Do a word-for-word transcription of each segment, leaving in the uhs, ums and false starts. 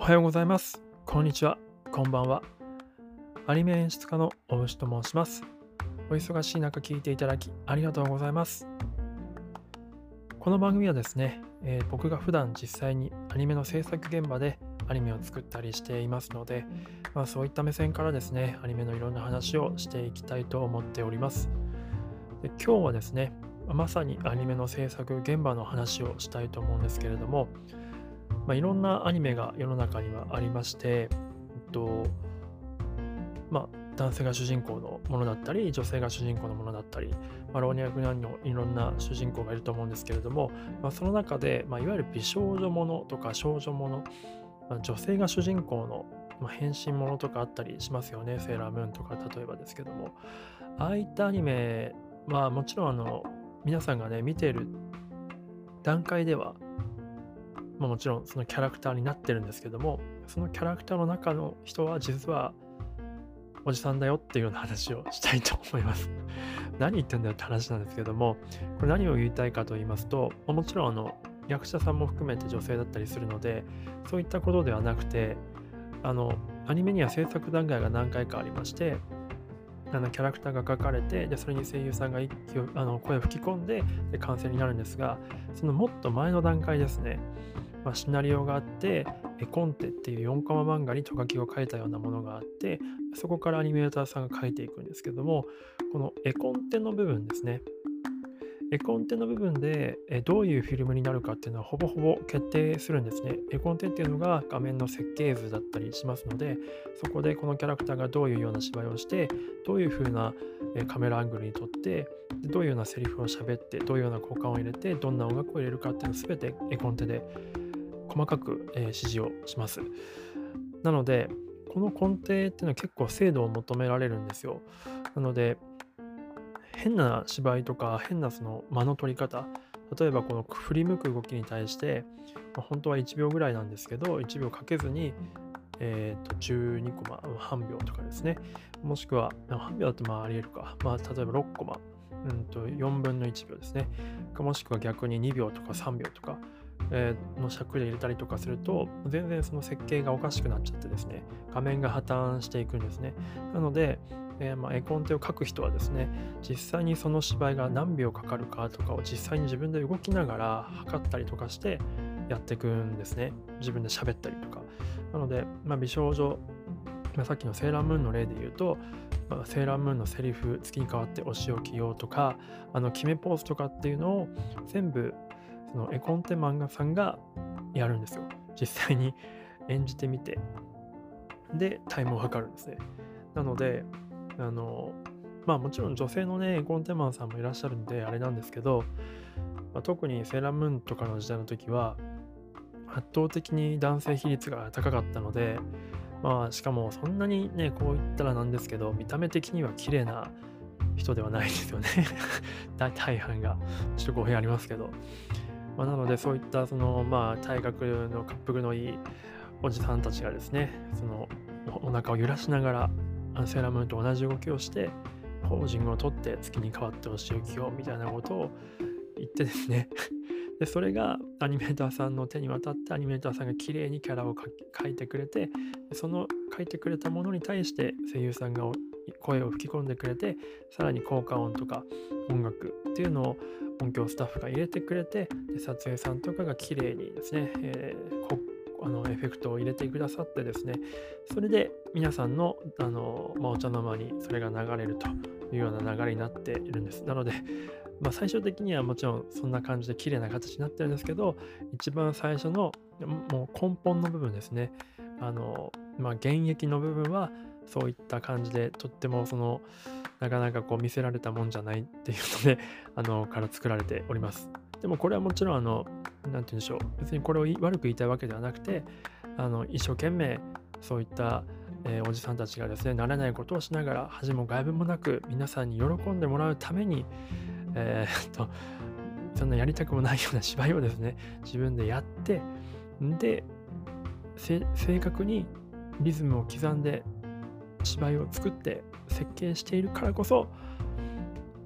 おはようございます。こんにちは。こんばんは。アニメ演出家の大牛と申します。お忙しい中聞いていただきありがとうございます。この番組はですね、えー僕が普段実際にアニメの制作現場でアニメを作ったりしていますので、まあ、そういった目線からですね、アニメのいろんな話をしていきたいと思っております。で今日はですね、まさにアニメの制作現場の話をしたいと思うんですけれども、まあ、いろんなアニメが世の中にはありまして、えっと、まあ、男性が主人公のものだったり、女性が主人公のものだったり、まあ、老若男女いろんな主人公がいると思うんですけれども、まあ、その中で、まあ、いわゆる美少女ものとか少女もの、まあ、女性が主人公の、まあ、変身ものとかあったりしますよね。セーラームーンとか例えばですけども。ああいったアニメはもちろんあの皆さんがね、見ている段階では、まあ、もちろんそのキャラクターになってるんですけども、そのキャラクターの中の人は実はおじさんだよっていうような話をしたいと思います。何言ってんだよって話なんですけども、これ何を言いたいかと言いますと、まもちろんあの役者さんも含めて女性だったりするので、そういったことではなくて、あのアニメには制作段階が何回かありまして、あのキャラクターが描かれて、でそれに声優さんが息をあの声を吹き込んで、で完成になるんですが、そのもっと前の段階ですね。まあ、シナリオがあって、絵コンテっていうよんコマ漫画にト書きを書いたようなものがあって、そこからアニメーターさんが書いていくんですけども、この絵コンテの部分ですね。絵コンテの部分でえどういうフィルムになるかっていうのはほぼほぼ決定するんですね。絵コンテっていうのが画面の設計図だったりしますので、そこでこのキャラクターがどういうような芝居をして、どういう風なえカメラアングルに撮って、でどういうようなセリフを喋って、どういうような効果音を入れて、どんな音楽を入れるかっていうのを全て絵コンテで細かく、えー指示をします。なので、この根底っていうのは結構精度を求められるんですよ。なので、変な芝居とか、変なその間の取り方、例えばこの振り向く動きに対して、まあ、本当はいちびょうぐらいなんですけど、いちびょうかけずに、えーと、じゅうにコマ、半秒とかですね。もしくは、あ半秒だとまああり得るか。まあ、例えばろっコマ、うんとよんぶんのいちびょうですね。かもしくは逆ににびょうとかさんびょうとか、えーの尺で入れたりとかすると、全然その設計がおかしくなっちゃってですね、画面が破綻していくんですね。なので、えーまあ、絵コンテを描く人はですね、実際にその芝居が何秒かかるかとかを実際に自分で動きながら測ったりとかしてやっていくんですね。自分で喋ったりとか。なので、まあ、美少女、まあ、さっきのセーラームーンの例で言うと、まあ、セーラームーンのセリフ、月に変わってお仕置きようとか、あの決めポーズとかっていうのを全部その絵コンテ漫画さんがやるんですよ。実際に演じてみて、で、タイムを測るんですね。なので、あの、まあもちろん女性のね、絵コンテマンさんもいらっしゃるんで、あれなんですけど、まあ、特にセーラームーンとかの時代の時は、圧倒的に男性比率が高かったので、まあしかもそんなにね、こう言ったらなんですけど、見た目的には綺麗な人ではないですよね。大大半が。ちょっと語弊ありますけど。まあ、なのでそういったそのまあ体格の滑腹のいいおじさんたちがですね、そのおお腹を揺らしながら、あのセーラームーンと同じ動きをして、ポージングを取って月に変わってお仕置きをみたいなことを言ってですね、で、それがアニメーターさんの手に渡って、アニメーターさんが綺麗にキャラを描き描いてくれて、でその描いてくれたものに対して声優さんがお声を吹き込んでくれて、さらに効果音とか音楽っていうのを音響スタッフが入れてくれて、で撮影さんとかが綺麗にですね、えーこあのエフェクトを入れてくださってですね、それで皆さんのあの、まあ、お茶の間にそれが流れるというような流れになっているんです。なので、まあ、最終的にはもちろんそんな感じで綺麗な形になってるんですけど、一番最初のもう根本の部分ですね。あの、まあ、現役の部分はそういった感じで、とってもそのなかなかこう見せられたもんじゃないっていうので、あのから作られております。でもこれはもちろんあの、なんて言うんでしょう。別にこれを悪く言いたいわけではなくて、あの一生懸命そういった、えーおじさんたちがですね、慣れないことをしながら、恥も外聞もなく皆さんに喜んでもらうために、えーっと、そんなやりたくもないような芝居をですね、自分でやって、で、せ正確にリズムを刻んで芝居を作って設計しているからこそ、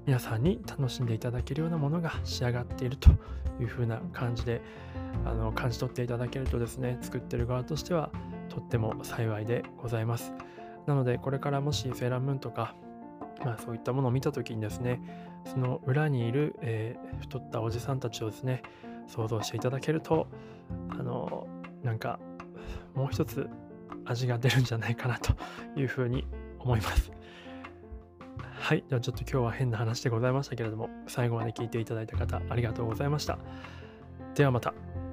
皆さんに楽しんでいただけるようなものが仕上がっているという風な感じであの感じ取っていただけるとですね、作ってる側としてはとっても幸いでございます。なのでこれからもしセーラームーンとか、まあ、そういったものを見た時にですね、その裏にいる、えー太ったおじさんたちをですね、想像していただけると、あのなんかもう一つ味が出るんじゃないかなというふうに思います。はい。ではちょっと今日は変な話でございましたけれども、最後まで聞いていただいた方ありがとうございました。ではまた。